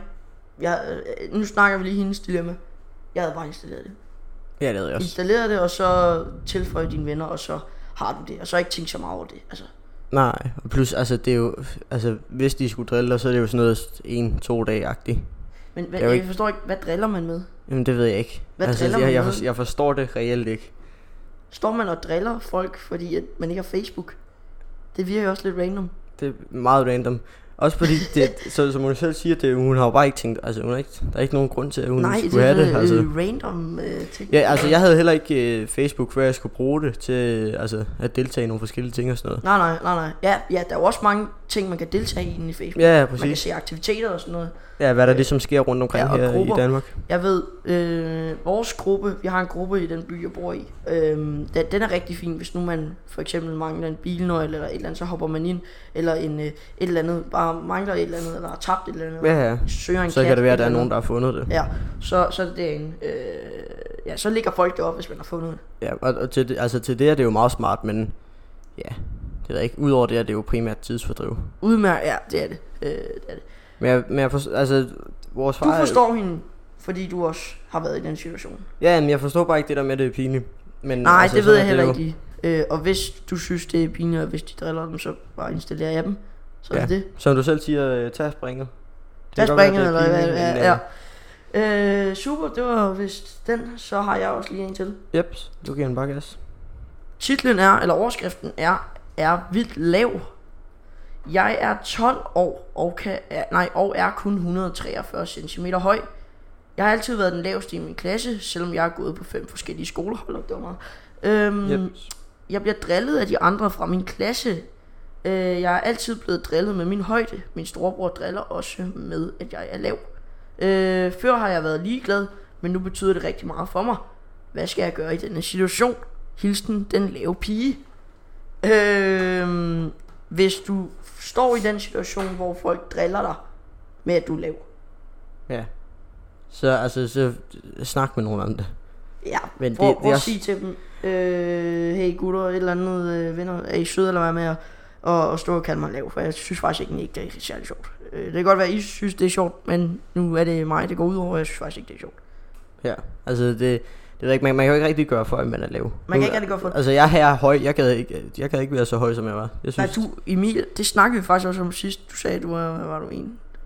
nu snakker vi lige hendes dilemma. Jeg havde bare installeret det. Ja, det havde jeg også. Installeret det, og så tilføje dine venner, og så har du det. Og så ikke tænke så meget over det. Altså. Nej, og plus, altså det er jo, altså hvis de skulle drille dig, så er det jo sådan noget 1-2 dage-agtigt. Men jeg forstår ikke, hvad driller man med? Jamen det ved jeg ikke. Hvad altså, driller man med? Jeg forstår det reelt ikke. Står man og driller folk, fordi at man ikke har Facebook? Det virker jo også lidt random. Det er meget random. Også fordi, som hun selv siger, hun har jo bare ikke tænkt, altså der er ikke nogen grund til, at hun skulle have det. Altså. Random ting. Ja, altså jeg havde heller ikke Facebook, før jeg skulle bruge det til at deltage i nogle forskellige ting og sådan noget. Nej. Ja, der er jo også mange ting, man kan deltage i Facebook. Ja, præcis. Man kan se aktiviteter og sådan noget. Ja, hvad der ligesom sker rundt omkring her grupper. I Danmark. Jeg ved, vores gruppe, vi har en gruppe i den by, jeg bor i. Den er rigtig fin, hvis nu man for eksempel mangler en bilnøgle eller et eller andet, så hopper man ind. Eller et eller andet, bare mangler et eller andet, eller har tabt et eller andet. Ja. Søger en så kat, kan det være, at der er nogen, der har fundet det. Ja, så er det derinde. Ja, så ligger folk deroppe, hvis man har fundet det. Ja, og til det er det jo meget smart, men ja, det er ikke. Udover det er det jo primært tidsfordriv. Udmærket, ja, det er det. Men jeg forstår, altså vores far... Du forstår hende, fordi du også har været i den situation. Ja, men jeg forstår bare ikke det der med, det er pinligt. Men, nej, altså, det ved jeg heller ikke lige. Og hvis du synes, det er pinligt, og hvis de driller dem, så bare installerer jeg dem. Så er det. Som du selv siger, tag springet. Tag springet, eller hvad? Ja. Super, det var vist den. Så har jeg også lige en til. Yep, du giver en bare gas. Titlen er, eller overskriften er vildt lav. Jeg er 12 år og er kun 143 cm høj. Jeg har altid været den laveste i min klasse, selvom jeg er gået på 5 forskellige skoler. Hold op, det var meget. Jeg bliver drillet af de andre fra min klasse. Jeg er altid blevet drillet med min højde. Min storebror driller også med, at jeg er lav. Før har jeg været ligeglad, men nu betyder det rigtig meget for mig. Hvad skal jeg gøre i denne situation? Hilsen den lave pige. Hvis du står i den situation, hvor folk driller dig med, at du er lav. Ja. Så snak med nogen om det. Ja, men prøv at sige til dem, hey gutter, et eller andet, venner, er I søde eller hvad med at stå og kalde mig lav, for jeg synes faktisk ikke, det er særlig sjovt. Det kan godt være, at I synes, det er sjovt, men nu er det mig, det går ud over, og jeg synes faktisk ikke, det er sjovt. Ja, altså det er ikke, man kan jo ikke rigtig gøre for, at man er lav. Man kan ikke rigtig gøre for det. Altså jeg er høj, jeg kan ikke være så høj, som jeg var. Jeg synes... Nej, Emil, det snakkede vi faktisk også om sidst. Du sagde, var du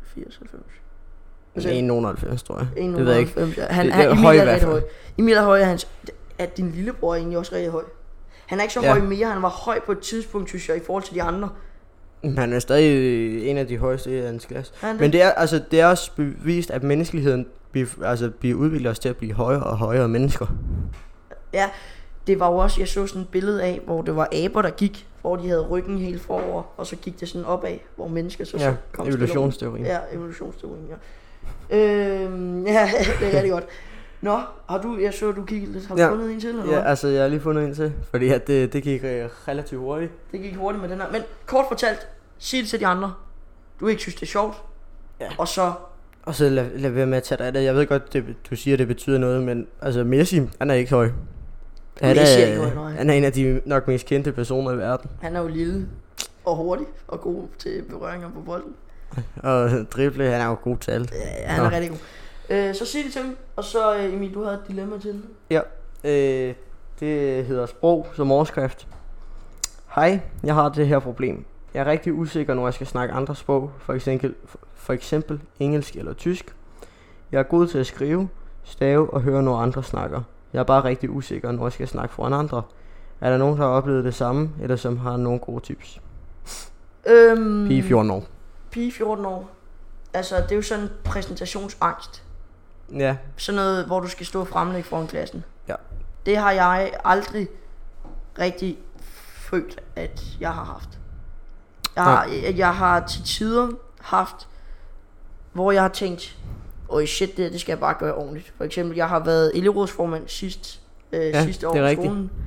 1,94? 1,95 tror jeg. 1,95, det ved jeg ikke. Ja. Det er Emil høj i er hvert rigtig fald. høj. Emil er høj, at din lillebror er egentlig også rigtig høj. Han er ikke så høj mere, han var høj på et tidspunkt, synes jeg, i forhold til de andre. Han er stadig en af de højeste i hans klasse. Men det er også bevist, at menneskeligheden bliver udviklet os til at blive højere og højere mennesker. Ja, det var jo også, jeg så sådan et billede af, hvor det var aber, der gik, hvor de havde ryggen helt forover, og så gik det sådan opad, hvor mennesker så kom evolutionsteorien. Ja, evolutionsteorien, ja. Ja, det er rigtig godt. Nå, jeg så, du kiggede lidt. Har du fundet en til, eller hvad? Ja, altså jeg har lige fundet en til, fordi at det gik relativt hurtigt. Det gik hurtigt med den her, men kort fortalt, sig det til de andre. Du ikke synes, det er sjovt, og så lad være med at tage dig af det. Jeg ved godt, du siger, det betyder noget, men altså Messi, han er ikke høj. Han er en af de nok mest kendte personer i verden. Han er jo lille og hurtig og god til berøringer på bolden. Og drible, han er jo god til alt. Ja, han er rigtig god. Så sig det til dem, og så Emil, du havde et dilemma til den. Ja, det hedder sprog som overskrift. Hej, jeg har det her problem. Jeg er rigtig usikker, når jeg skal snakke andre sprog, for eksempel engelsk eller tysk. Jeg er god til at skrive, stave og høre, når andre snakker. Jeg er bare rigtig usikker, når jeg skal snakke foran andre. Er der nogen, der har oplevet det samme, eller som har nogle gode tips? Pige 14 år. Pige 14 år. Altså, det er jo sådan præsentationsangst. Ja. Sådan noget, hvor du skal stå og fremlægge foran klassen. Ja. Det har jeg aldrig rigtig følt, at jeg har haft. Jeg har til tider haft, hvor jeg har tænkt, shit, det skal jeg bare gøre ordentligt. For eksempel, jeg har været elevrådsformand sidste år i skolen.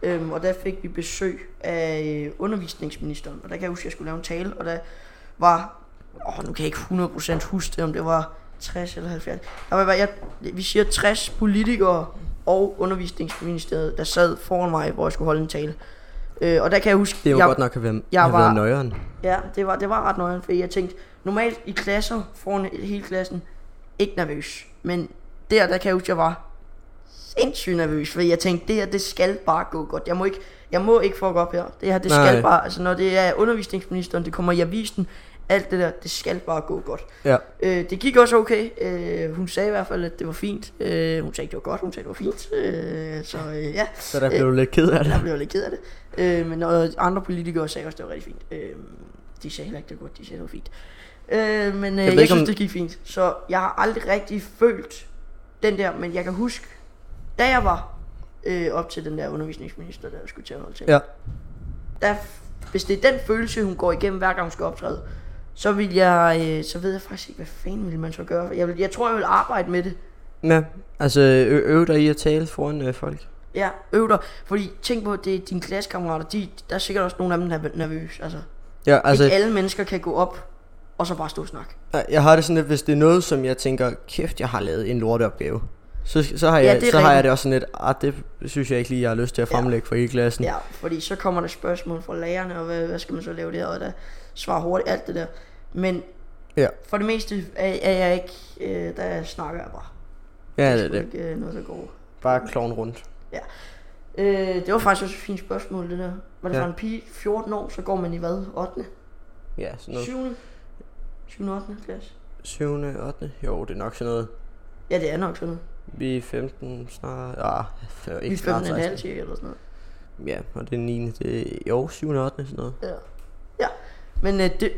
Og der fik vi besøg af undervisningsministeren. Og der kan jeg huske, at jeg skulle lave en tale, og der var, nu kan jeg ikke 100% huske det, om det var 60 eller 70. Vi siger 60 politikere og undervisningsministeriet, der sad foran mig, hvor jeg skulle holde en tale. Og der kan jeg huske, det var godt nok have været nøjeren. Ja, det var ret nøjeren, for jeg tænkte, normalt i klasser, foran hele klassen, ikke nervøs. Men der kan jeg huske, jeg var sindssygt nervøs, fordi jeg tænkte, det her, det skal bare gå godt. Jeg må ikke fuck op her. Det her, det skal bare, altså når det er undervisningsministeren, det kommer i avisen, alt det der, det skal bare gå godt. Ja. Det gik også okay. Hun sagde i hvert fald, at det var fint. Hun sagde ikke, det var godt, hun sagde, det var fint. Ja. Så der blev du lidt ked af det? Der blev jeg lidt ked af det. Men andre politikere sagde også, det var rigtig fint. De sagde heller ikke, det var godt, de sagde, det var fint. Men jeg synes, det gik fint. Så jeg har aldrig rigtig følt den der, men jeg kan huske, da jeg var op til den der undervisningsminister, der skulle til at holde til. Ja. Hvis det er den følelse, hun går igennem, hver gang hun skal optræde, så ved jeg faktisk ikke, hvad fanden vil man så gøre. Jeg tror, jeg vil arbejde med det. Ja, altså øv dig i at tale foran folk. Ja, øv dig. Fordi tænk på, det er dine klassekammerater, der er sikkert også nogle af dem, der er nervøse. Ja, altså ikke alle mennesker kan gå op og så bare stå og snakke. Jeg har det sådan lidt, hvis det er noget, som jeg tænker, kæft, jeg har lavet en lorteopgave, så har jeg det også sådan lidt, det synes jeg ikke lige, jeg har lyst til at fremlægge for hele klassen. Ja, fordi så kommer der spørgsmål fra lærerne, og hvad skal man så lave der, og der svarer hurtigt alt det der. Men for det meste er jeg ikke, der snakker jeg bare. Ja, det er ikke noget, der går. Bare klovn rundt. Ja. Det var faktisk også et fint spørgsmål, det der. Var det for en pige, 14 år, så går man i hvad? 8. Ja, sådan noget. 7. 8. klasse. 7. 8. Jo, det er nok sådan noget. Ja, det er nok sådan noget. Vi er 15 snart. Vi er 15,5 cirka eller sådan noget. Ja, og det er 9. Det er jo 7. 8. sådan noget. Ja. Men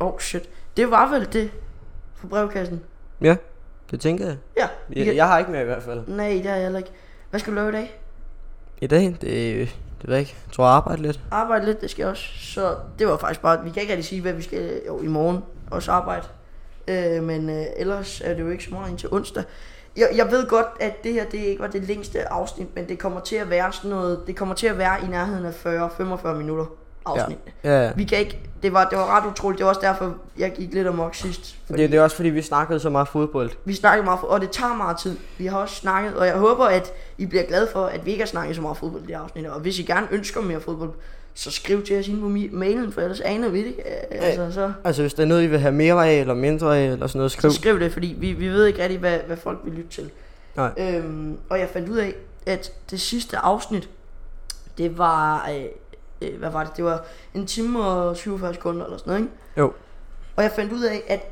det var vel det for brevkassen. Ja, det tænker jeg. Ja. Jeg har ikke mere i hvert fald. Nej, det har jeg heller ikke. Hvad skal du lave i dag? I dag? Det ved jeg ikke. Jeg tror, jeg arbejder lidt. Arbejde lidt, det skal jeg også. Så det var faktisk bare, vi kan ikke rigtig sige, hvad vi skal i morgen. Også arbejde. Men ellers er det jo ikke så meget indtil onsdag. Jeg ved godt, at det her, det ikke var det længste afsnit, men det kommer til at være sådan noget, det kommer til at være i nærheden af 40-45 minutter afsnit. Ja. Vi kan ikke, det var ret utroligt, det var også derfor, jeg gik lidt amok sidst. Det er også fordi, vi snakkede så meget fodbold. Vi snakkede meget og det tager meget tid. Vi har også snakket, og jeg håber, at I bliver glade for, at vi ikke har snakket så meget fodbold i det afsnit. Og hvis I gerne ønsker mere fodbold, så skriv til os inde på mailen, for ellers aner vi det ikke. Altså hvis der er noget, I vil have mere af, eller mindre af, eller sådan noget, skriv. Så skriv det, fordi vi ved ikke rigtig, hvad folk vil lytte til. Nej. Og jeg fandt ud af, at det sidste afsnit, det var, hvad var det? Det var 1 time og 47 sekunder, eller sådan noget, ikke? Jo. Og jeg fandt ud af, at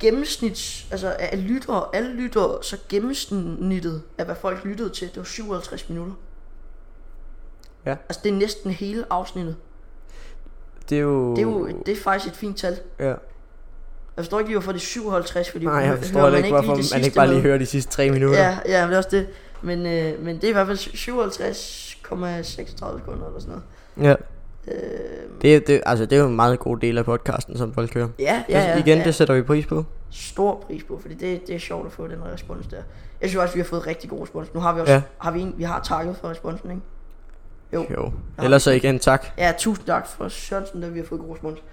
alle lyttere, så gennemsnittet af, hvad folk lyttede til, det var 57 minutter. Ja. Altså, det er næsten hele afsnittet. Det er faktisk et fint tal. Ja. Jeg forstår ikke lige, hvorfor det er 57, fordi nej, jeg forstår ikke, hvorfor man ikke bare lige hører de sidste 3 minutter. Ja, det er også det. Men det er i hvert fald 57,36 sekunder eller sådan noget. Ja. Det er jo en meget god del af podcasten, som folk hører. Ja. Det sætter vi pris på. Stor pris på, fordi det er sjovt at få den respons der. Jeg synes også, vi har fået rigtig god respons. Nu har vi også vi har takket for responsen, ikke? Jo. Ellers så igen tak. Ja, tusind tak for Sørensen, der vi har fået god respons.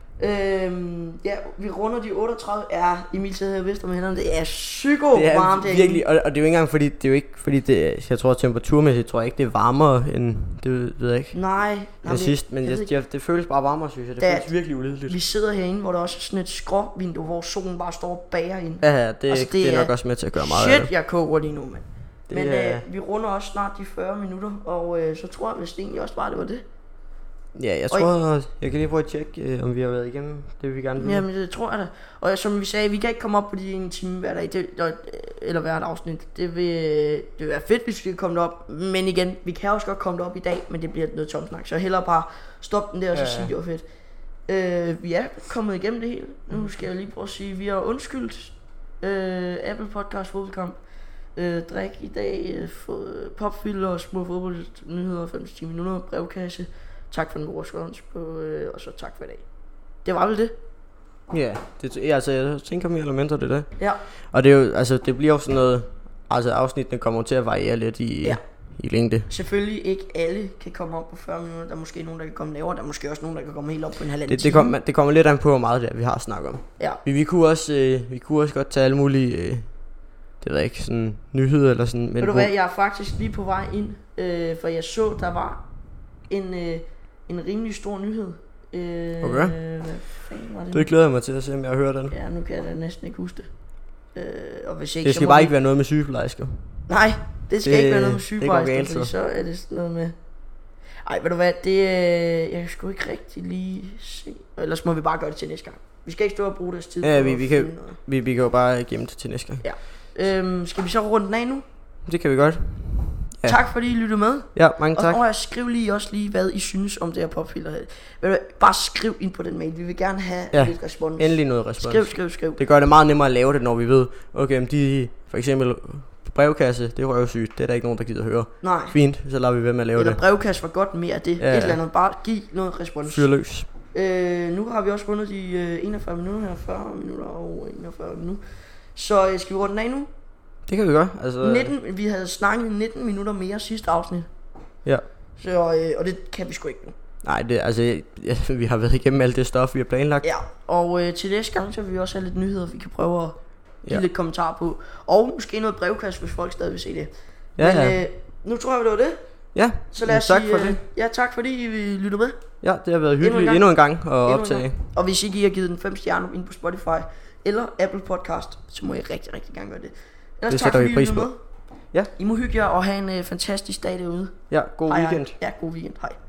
Vi runder de 38. Emil sidder her og vister med hænderne. Det er psyko varmt. Det er virkelig, og det er jo ikke engang fordi, det er jo ikke fordi det, jeg tror temperaturmæssigt, tror jeg ikke det er varmere end, det ved jeg ikke. Nej. Sidst, men det føles bare varmere, synes jeg. Det føles virkelig ulideligt. Vi sidder herinde, hvor der også er sådan et skråvindue, hvor solen bare står og bager ind. Ja, det er nok også med til at gøre meget af det. Shit, jeg koger lige nu, mand. Men vi runder også snart de 40 minutter, og så tror jeg vist egentlig også bare, det var det. Ja, jeg tror, jeg kan lige prøve at tjekke, om vi har været igennem det, vi gerne vil. Jamen, det tror jeg da. Og som vi sagde, vi kan ikke komme op på de 1 time hver dag, eller hvert afsnit. Det vil være fedt, hvis vi kan komme op. Men igen, vi kan også godt komme op i dag, men det bliver noget tomt snak. Så hellere bare stoppe den der og så sige, det var fedt. Vi er kommet igennem det hele. Nu skal jeg lige prøve at sige, vi har undskyldt Apple Podcast fodboldkamp. Drik i dag, popfilter og små fodboldnyheder, 5-10 minutter, brevkasse. Tak for den gode respons på, og så tak for i dag. Det var vel det? Ja, jeg tænker mere eller mindre det. Ja. Og det er jo, det bliver jo sådan noget, afsnittene kommer til at variere lidt i i længde. Selvfølgelig ikke alle kan komme op på 40 minutter. Der er måske nogen, der kan komme lavere. Der er måske også nogen, der kan komme helt op på en halvanden time. Det kommer lidt an på, hvor meget det er, vi har snakket om. Ja. Vi kunne også godt tage alle mulige, det ved jeg ikke, sådan nyheder eller sådan. Men ved du hvad, jeg er faktisk lige på vej ind, for jeg så, der var en rimelig stor nyhed. Okay. Hvad fanden var det? Det glæder jeg mig til at se, om jeg har hørt den. Ja, nu kan jeg da næsten ikke huske det. Og hvis ikke, det skal bare ikke være noget med sygeplejersker. Nej, det skal ikke være noget med sygeplejersker, galt, fordi så er det sådan noget med... Ej, ved du hvad, jeg kan sgu ikke rigtig lige se. Ellers må vi bare gøre det til næste gang. Vi skal ikke stå og bruge deres tid. Ja, vi kan jo bare gemme det til næste gang. Ja. Skal vi så runde den af nu? Det kan vi godt. Ja. Tak fordi I lyttede med. Ja, mange tak. Og skriv lige hvad I synes om det her popfilter her. Bare skriv ind på den mail. Vi vil gerne have lidt respons. Endelig noget respons. Skriv. Det gør det meget nemmere at lave det, når vi ved, okay, om de for eksempel brevkasse, det er røvsygt. Det er der ikke nogen, der gider høre. Nej. Fint, så lader vi ved med at lave det. Eller brevkasse var godt mere af det. Et eller andet. Bare giv noget respons. Fyr løs. Nu har vi også rundet de 41 minutter her. 40 minutter og 41 nu. Så skal vi runde den af nu? Det kan vi godt. Altså... Vi havde snakket 19 minutter mere sidste afsnit. Ja. Så, og det kan vi sgu ikke nu. Nej, vi har været igennem alt det stof, vi har planlagt. Ja, og til næste gang, så vil vi også have lidt nyheder, vi kan prøve at give lidt kommentarer på. Og måske noget brevkast, hvis folk stadig vil se det. Men nu tror jeg, det var det. Ja, så lad os tak sige, for det. Ja, tak fordi I lytter med. Ja, det har været hyggeligt endnu en gang at optage. Og hvis ikke I har givet den 5 stjerner ind på Spotify eller Apple Podcast, så må I rigtig, rigtig gerne gøre det. Ellers det tak sætter fordi vi pris I på. med. Ja. I må hygge jer og have en fantastisk dag derude. Ja, god weekend. Ja, god weekend. Hej.